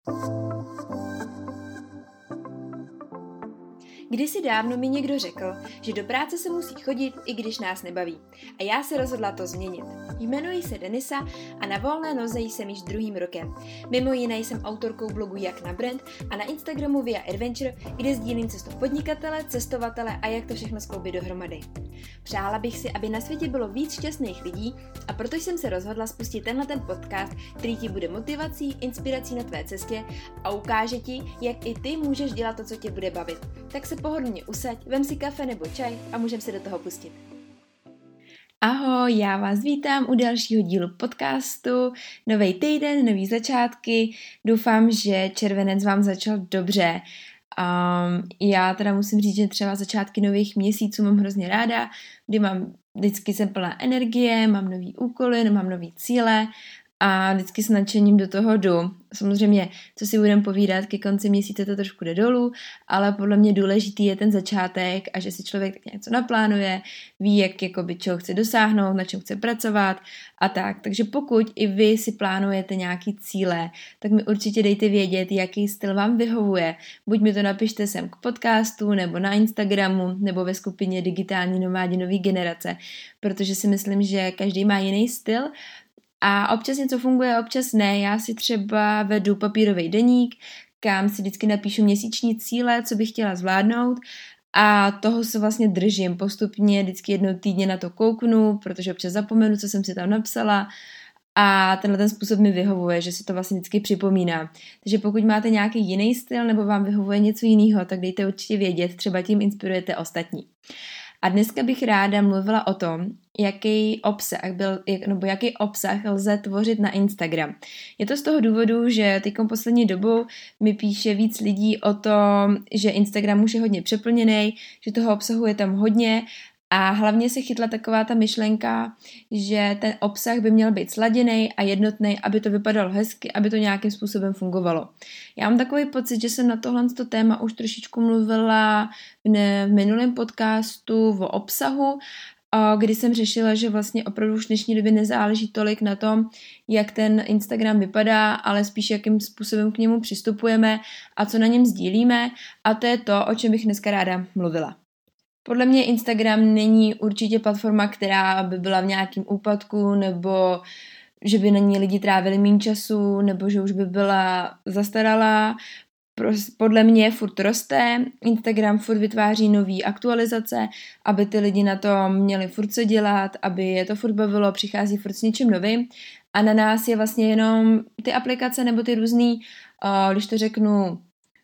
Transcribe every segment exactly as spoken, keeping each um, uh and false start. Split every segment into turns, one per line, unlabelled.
Kdysi dávno mi někdo řekl, že do práce se musí chodit, i když nás nebaví. A já se rozhodla to změnit. Jmenuji se Denisa a na volné noze jsem již druhým rokem. Mimo jiné jsem autorkou blogu Jak na brand a na Instagramu Via Adventure, kde sdílím cestu podnikatele, cestovatele a jak to všechno skloubit dohromady. Přála bych si, aby na světě bylo víc šťastných lidí, a proto jsem se rozhodla spustit tenhle ten podcast, který ti bude motivací, inspirací na tvé cestě a ukáže ti, jak i ty můžeš dělat to, co tě bude bavit. Tak se pohodlně usaď, vem si kafe nebo čaj a můžeme se do toho pustit. Ahoj, já vás vítám u dalšího dílu podcastu. Nový týden, nový začátky. Doufám, že červenec vám začal dobře. Um, já teda musím říct, že třeba začátky nových měsíců mám hrozně ráda, kdy mám, vždycky jsem plná energie, mám nový úkoly, mám nový cíle a vždycky s nadšením do toho jdu. Samozřejmě, co si budeme povídat, ke konci měsíce to trošku jde dolů, ale podle mě důležitý je ten začátek a že si člověk tak něco naplánuje, ví, jak jakoby, čeho chce dosáhnout, na čem chce pracovat a tak. Takže pokud i vy si plánujete nějaký cíle, tak mi určitě dejte vědět, jaký styl vám vyhovuje. Buď mi to napište sem k podcastu, nebo na Instagramu, nebo ve skupině Digitální nomádi nový generace, protože si myslím, že každý má jiný styl. A občas něco funguje, občas ne. Já si třeba vedu papírový deník, kam si vždycky napíšu měsíční cíle, co bych chtěla zvládnout a toho se vlastně držím postupně, vždycky jednou týdně na to kouknu, protože občas zapomenu, co jsem si tam napsala a tenhle ten způsob mi vyhovuje, že si to vlastně vždycky připomínám. Takže pokud máte nějaký jiný styl nebo vám vyhovuje něco jiného, tak dejte určitě vědět, třeba tím inspirujete ostatní. A dneska bych ráda mluvila o tom, jaký obsah, byl, jak, nebo jaký obsah lze tvořit na Instagram. Je to z toho důvodu, že teď poslední dobou mi píše víc lidí o tom, že Instagram už je hodně přeplněný, že toho obsahu je tam hodně a hlavně se chytla taková ta myšlenka, že ten obsah by měl být sladěný a jednotný, aby to vypadalo hezky, aby to nějakým způsobem fungovalo. Já mám takový pocit, že jsem na tohle téma už trošičku mluvila v minulém podcastu o obsahu, kdy jsem řešila, že vlastně opravdu už v dnešní době nezáleží tolik na tom, jak ten Instagram vypadá, ale spíš jakým způsobem k němu přistupujeme a co na něm sdílíme, a to je to, o čem bych dneska ráda mluvila. Podle mě Instagram není určitě platforma, která by byla v nějakém úpadku, nebo že by na ní lidi trávili méně času, nebo že už by byla zastaralá. Podle mě furt roste, Instagram furt vytváří nový aktualizace, aby ty lidi na tom měli furt co dělat, aby je to furt bavilo, přichází furt s něčím novým a na nás je vlastně jenom ty aplikace nebo ty různý, když to řeknu,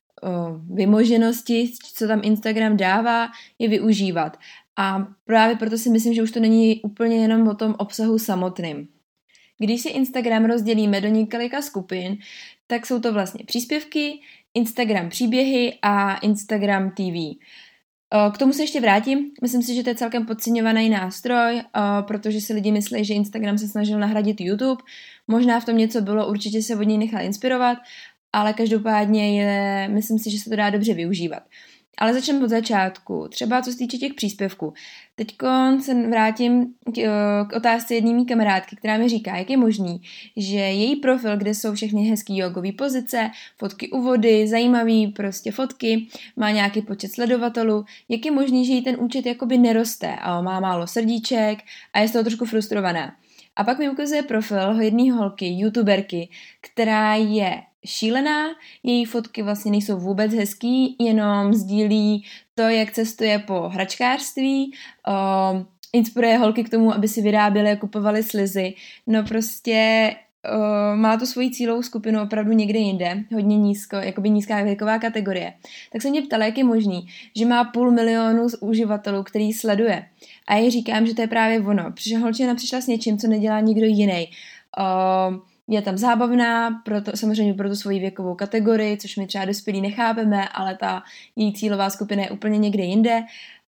vymoženosti, co tam Instagram dává, je využívat. A právě proto si myslím, že už to není úplně jenom o tom obsahu samotným. Když si Instagram rozdělíme do několika skupin, tak jsou to vlastně příspěvky, Instagram příběhy a Instagram T V. K tomu se ještě vrátím. Myslím si, že to je celkem podceňovaný nástroj, protože si lidi myslí, že Instagram se snažil nahradit YouTube. Možná v tom něco bylo, určitě se od něj nechal inspirovat, ale každopádně je, myslím si, že se to dá dobře využívat. Ale začneme od začátku, třeba co se týče těch příspěvků. Teď se vrátím k, k otázce jedné mý kamarádky, která mi říká, jak je možný, že její profil, kde jsou všechny hezký jogové pozice, fotky u vody, zajímavý prostě fotky, má nějaký počet sledovatelů, jak je možný, že jí ten účet jakoby neroste a má málo srdíček a je z toho trošku frustrovaná. A pak mi ukazuje profil jedné holky, youtuberky, která je šílená, její fotky vlastně nejsou vůbec hezký, jenom sdílí to, jak cestuje po hračkářství, uh, inspiruje holky k tomu, aby si vyráběly a kupovaly slizy. No prostě uh, má tu svoji cílovou skupinu opravdu někde jinde, hodně nízko, jakoby nízká věková kategorie. Tak se mě ptala, jak je možný, že má půl milionu z uživatelů, který sleduje. A já jí říkám, že to je právě ono, protože holčina přišla s něčím, co nedělá nikdo jiný. Uh, Je tam zábavná, proto, samozřejmě pro tu svoji věkovou kategorii, což my třeba dospělí nechápeme, ale ta její cílová skupina je úplně někde jinde.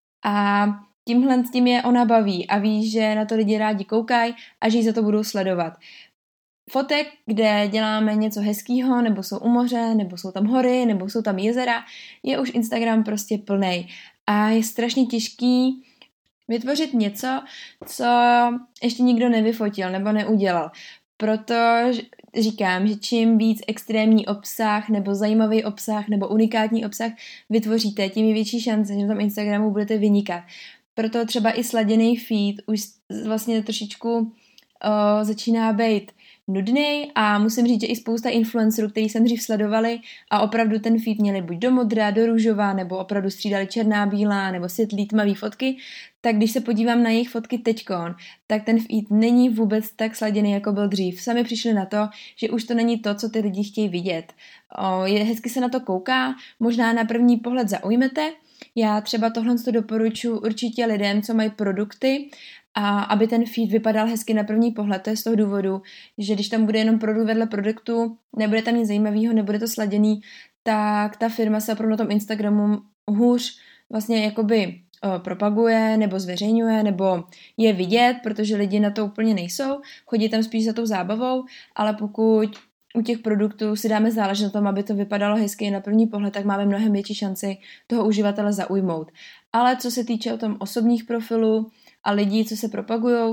A tímhle s tím je ona baví a ví, že na to lidi rádi koukají a že ji za to budou sledovat. Fotek, kde děláme něco hezkýho, nebo jsou u moře, nebo jsou tam hory, nebo jsou tam jezera, je už Instagram prostě plnej. A je strašně těžký vytvořit něco, co ještě nikdo nevyfotil nebo neudělal. Proto říkám, že čím víc extrémní obsah nebo zajímavý obsah nebo unikátní obsah vytvoříte, tím je větší šance, že na tom Instagramu budete vynikat. Proto třeba i sladěný feed už vlastně trošičku uh, začíná být nudný a musím říct, že i spousta influencerů, který jsem dřív sledovali a opravdu ten feed měli buď do modra, do růžova, nebo opravdu střídali černá, bílá, nebo světlý, tmavý fotky, tak když se podívám na jejich fotky teďkon, tak ten feed není vůbec tak sladěný, jako byl dřív. Sami přišli na to, že už to není to, co ty lidi chtějí vidět. O, je hezky se na to kouká, možná na první pohled zaujmete. Já třeba tohle doporučuji určitě lidem, co mají produkty, a aby ten feed vypadal hezky na první pohled. To je z toho důvodu, že když tam bude jenom produkt vedle produktu, nebude tam nic zajímavého, nebude to sladěný, tak ta firma se opravdu na tom Instagramu hůř vlastně jakoby o, propaguje nebo zveřejňuje, nebo je vidět, protože lidi na to úplně nejsou, chodí tam spíš za tou zábavou, ale pokud u těch produktů si dáme záležet na tom, aby to vypadalo hezky na první pohled, tak máme mnohem větší šanci toho uživatele zaujmout. Ale co se týče o tom osobních profilů a lidí, co se propagujou,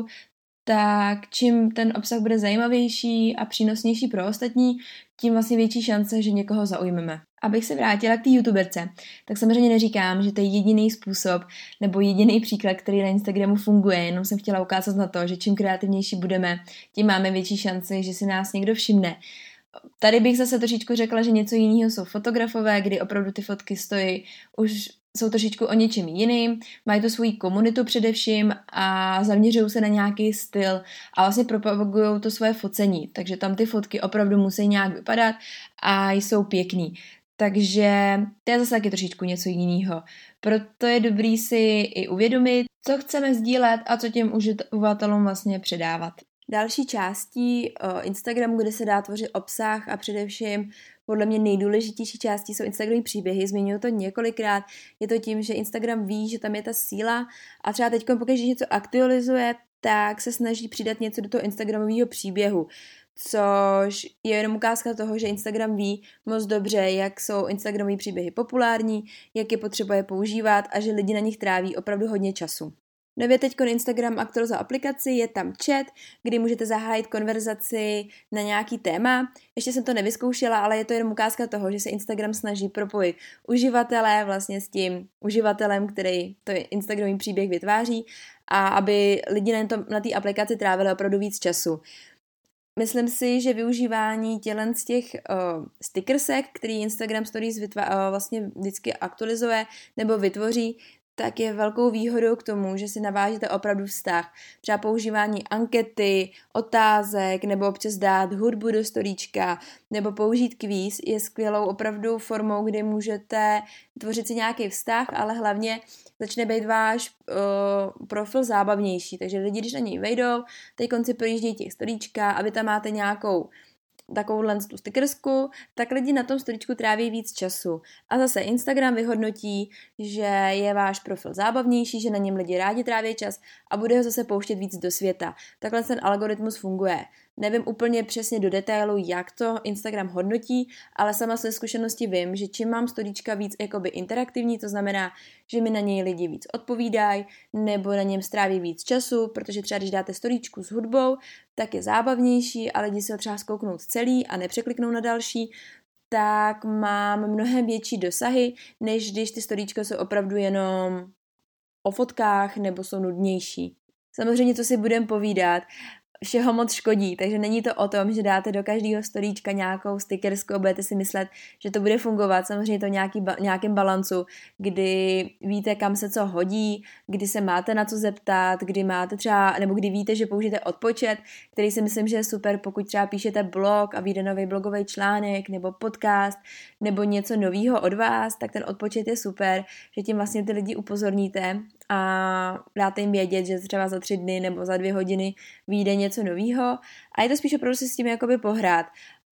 tak čím ten obsah bude zajímavější a přínosnější pro ostatní, tím vlastně větší šance, že někoho zaujmeme. Abych se vrátila k té youtuberce, tak samozřejmě neříkám, že to je jediný způsob nebo jediný příklad, který na Instagramu funguje, jenom jsem chtěla ukázat na to, že čím kreativnější budeme, tím máme větší šanci, že si nás někdo všimne. Tady bych zase trošičku řekla, že něco jiného jsou fotografové, kdy opravdu ty fotky stojí už jsou trošičku o něčem jiným, mají tu svoji komunitu především a zaměřují se na nějaký styl a vlastně propagují to svoje focení, takže tam ty fotky opravdu musí nějak vypadat a jsou pěkný. Takže to je zase taky trošičku něco jiného. Proto je dobrý si i uvědomit, co chceme sdílet a co těm uživatelům vlastně předávat. Další částí Instagramu, kde se dá tvořit obsah a především podle mě nejdůležitější částí jsou Instagramové příběhy, zmiňuji to několikrát, je to tím, že Instagram ví, že tam je ta síla a třeba teď, pokud něco aktualizuje, tak se snaží přidat něco do toho Instagramového příběhu, což je jenom ukázka toho, že Instagram ví moc dobře, jak jsou Instagramové příběhy populární, jak je potřeba je používat a že lidi na nich tráví opravdu hodně času. Nově teď Instagram aktualizoval aplikaci, je tam chat, kdy můžete zahájit konverzaci na nějaký téma. Ještě jsem to nevyzkoušela, ale je to jenom ukázka toho, že se Instagram snaží propojit uživatele vlastně s tím uživatelem, který to Instagramový příběh vytváří a aby lidi na té na té aplikaci trávili opravdu víc času. Myslím si, že využívání tělen z těch uh, stickersek, který Instagram Stories vytvá, uh, vlastně vždycky aktualizuje nebo vytvoří, tak je velkou výhodou k tomu, že si navážete opravdu vztah. Třeba používání ankety, otázek, nebo občas dát hudbu do storíčka, nebo použít kvíz je skvělou opravdu formou, kdy můžete tvořit si nějaký vztah, ale hlavně začne být váš uh, profil zábavnější. Takže lidi, když na něj vejdou, teď konci projíždějí těch storíčka a vy tam máte nějakou takovouhle tu stickersku, tak lidi na tom storíčku tráví víc času. A zase Instagram vyhodnotí, že je váš profil zábavnější, že na něm lidi rádi tráví čas a bude ho zase pouštět víc do světa. Takhle ten algoritmus funguje. Nevím úplně přesně do detailu, jak to Instagram hodnotí, ale sama své zkušenosti vím, že čím mám storíčka víc jakoby interaktivní, to znamená, že mi na něj lidi víc odpovídají, nebo na něm stráví víc času, protože třeba když dáte storíčku s hudbou, tak je zábavnější a lidi se ho třeba zkouknou celý a nepřekliknou na další, tak mám mnohem větší dosahy, než když ty storíčka jsou opravdu jenom o fotkách nebo jsou nudnější. Samozřejmě, co si budeme povídat, všeho moc škodí, takže není to o tom, že dáte do každého storíčka nějakou stickersku a budete si myslet, že to bude fungovat. Samozřejmě to nějaký ba- nějakým balancu, kdy víte, kam se co hodí, kdy se máte na co zeptat, kdy máte třeba, nebo kdy víte, že použijete odpočet, který si myslím, že je super, pokud třeba píšete blog a vyjde nový blogový článek nebo podcast nebo něco novýho od vás, tak ten odpočet je super, že tím vlastně ty lidi upozorníte a dáte jim vědět, že třeba za tři dny nebo za dvě hodiny vyjde něco novýho a je to spíš opravdu si s tím jakoby pohrát.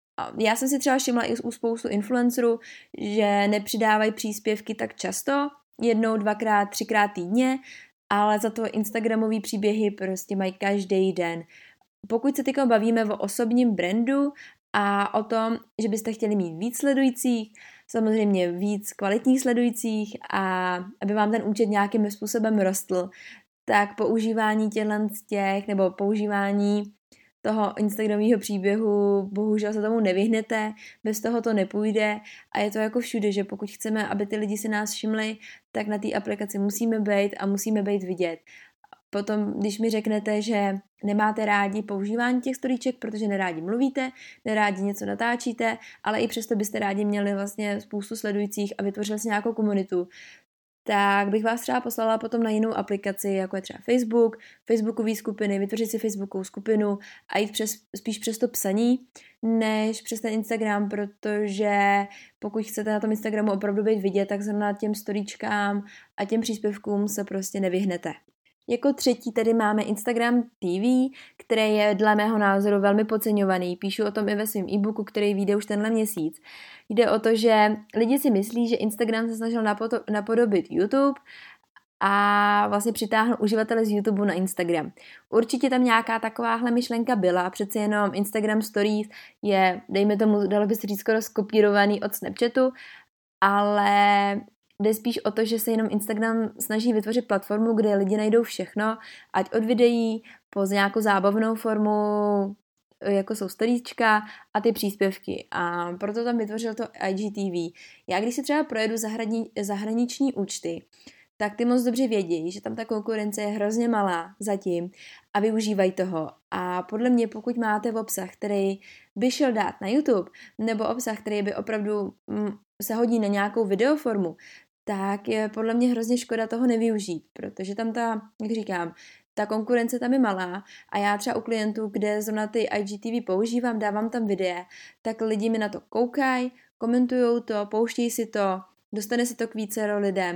Já jsem si třeba všimla i u spoustu influencerů, že nepřidávají příspěvky tak často, jednou, dvakrát, třikrát týdně, ale za to Instagramový příběhy prostě mají každý den. Pokud se teď bavíme o osobním brandu a o tom, že byste chtěli mít víc sledujících, samozřejmě víc kvalitních sledujících a aby vám ten účet nějakým způsobem rostl, tak používání těchto těch, nebo používání toho instagramového příběhu bohužel se tomu nevyhnete, bez toho to nepůjde a je to jako všude, že pokud chceme, aby ty lidi si nás všimli, tak na té aplikaci musíme být a musíme být vidět. Potom, když mi řeknete, že nemáte rádi používání těch storíček, protože nerádi mluvíte, nerádi něco natáčíte, ale i přesto byste rádi měli vlastně spoustu sledujících a vytvořili si nějakou komunitu, tak bych vás třeba poslala potom na jinou aplikaci, jako je třeba Facebook, Facebookové skupiny, vytvořit si Facebookovou skupinu a jít přes, spíš přes to psaní, než přes ten Instagram, protože pokud chcete na tom Instagramu opravdu být vidět, tak zrovna těm storíčkám a těm příspěvkům se prostě nevyhnete. Jako třetí tady máme Instagram T V, který je dle mého názoru velmi podceňovaný. Píšu o tom i ve svém e-booku, který vyjde už tenhle měsíc. Jde o to, že lidi si myslí, že Instagram se snažil napodobit YouTube a vlastně přitáhl uživatele z YouTube na Instagram. Určitě tam nějaká takováhle myšlenka byla, přece jenom Instagram Stories je, dejme tomu, dalo by se říct skoro skopírovaný od Snapchatu, ale jde spíš o to, že se jenom Instagram snaží vytvořit platformu, kde lidi najdou všechno, ať od videí po nějakou zábavnou formu, jako jsou storíčka a ty příspěvky. A proto tam vytvořil to I G T V. Já když si třeba projedu zahrani, zahraniční účty, tak ty moc dobře vědí, že tam ta konkurence je hrozně malá zatím a využívají toho. A podle mě, pokud máte obsah, který by šel dát na YouTube, nebo obsah, který by opravdu mm, se hodí na nějakou videoformu, tak je podle mě hrozně škoda toho nevyužít, protože tam ta, jak říkám, ta konkurence tam je malá a já třeba u klientů, kde zrovna ty I G T V používám, dávám tam videa, tak lidi mi na to koukají, komentujou to, pouštějí si to, dostane se to k vícero lidem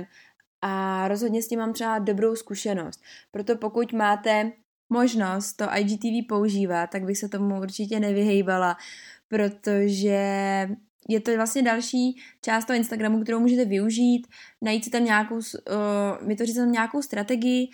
a rozhodně s tím mám třeba dobrou zkušenost. Proto pokud máte možnost to I G T V používat, tak bych se tomu určitě nevyhejbala, protože je to vlastně další část toho Instagramu, kterou můžete využít, najít si tam nějakou, uh, vytvořit tam nějakou strategii,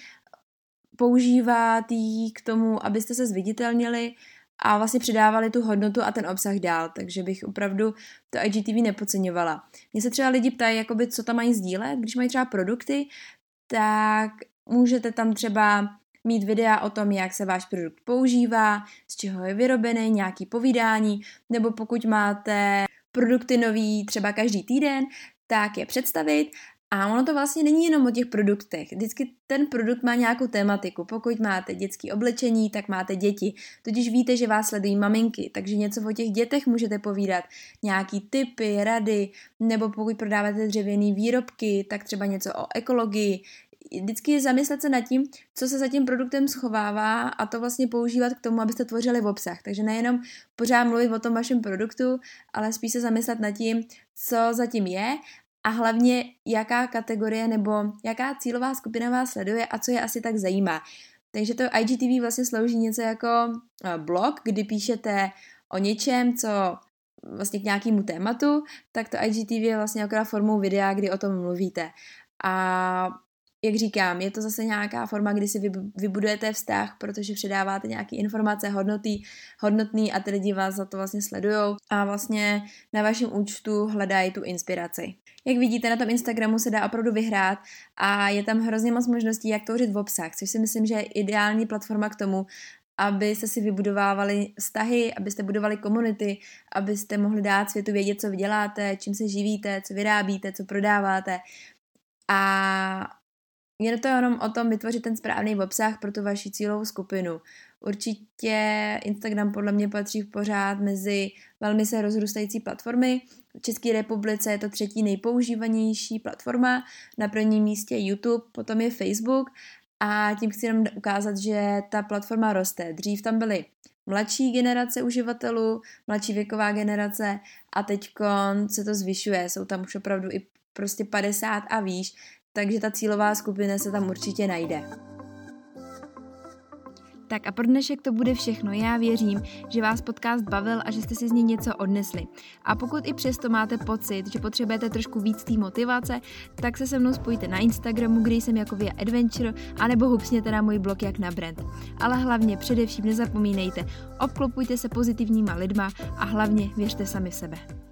používat ji k tomu, abyste se zviditelnili a vlastně přidávali tu hodnotu a ten obsah dál, takže bych opravdu to I G T V nepodceňovala. Mně se třeba lidi ptají, jakoby, co tam mají sdílet, když mají třeba produkty, tak můžete tam třeba mít videa o tom, jak se váš produkt používá, z čeho je vyrobený, nějaký povídání, nebo pokud máte produkty nový třeba každý týden, tak je představit. A ono to vlastně není jenom o těch produktech. Vždycky ten produkt má nějakou tématiku. Pokud máte dětské oblečení, tak máte děti. Totiž víte, že vás sledují maminky, takže něco o těch dětech můžete povídat. Nějaký tipy, rady, nebo pokud prodáváte dřevěné výrobky, tak třeba něco o ekologii. Vždycky je zamyslet se nad tím, co se za tím produktem schovává a to vlastně používat k tomu, abyste tvořili obsah. Takže nejenom pořád mluvit o tom vašem produktu, ale spíš se zamyslet nad tím, co zatím je a hlavně jaká kategorie nebo jaká cílová skupina vás sleduje a co je asi tak zajímá. Takže to I G T V vlastně slouží něco jako blog, kdy píšete o něčem, co vlastně k nějakému tématu, tak to I G T V je vlastně akorát formou videa, kdy o tom mluvíte. A jak říkám, je to zase nějaká forma, kdy si vybudujete vztah, protože předáváte nějaké informace hodnotný, hodnotný a ty lidi vás za to vlastně sledujou a vlastně na vašem účtu hledají tu inspiraci. Jak vidíte, na tom Instagramu se dá opravdu vyhrát a je tam hrozně moc možností, jak tvořit obsah, což si myslím, že je ideální platforma k tomu, abyste si vybudovávali vztahy, abyste budovali komunity, abyste mohli dát světu vědět, co vy děláte, čím se živíte, co vyrábíte, co prodáváte. A je to jenom o tom vytvořit ten správný obsah pro tu vaši cílovou skupinu. Určitě Instagram podle mě patří pořád mezi velmi se rozrůstající platformy. V České republice je to třetí nejpoužívanější platforma, na prvním místě YouTube, potom je Facebook a tím chci jenom ukázat, že ta platforma roste. Dřív tam byly mladší generace uživatelů, mladší věková generace a teďko se to zvyšuje. Jsou tam už opravdu i prostě padesát a výš, takže ta cílová skupina se tam určitě najde.
Tak a pro dnešek to bude všechno. Já věřím, že vás podcast bavil a že jste si z něj něco odnesli. A pokud i přesto máte pocit, že potřebujete trošku víc té motivace, tak se se mnou spojte na Instagramu, kde jsem jako Via Adventure, anebo hupsněte na můj blog Jak na brand. Ale hlavně především nezapomínejte, obklopujte se pozitivníma lidma a hlavně věřte sami v sebe.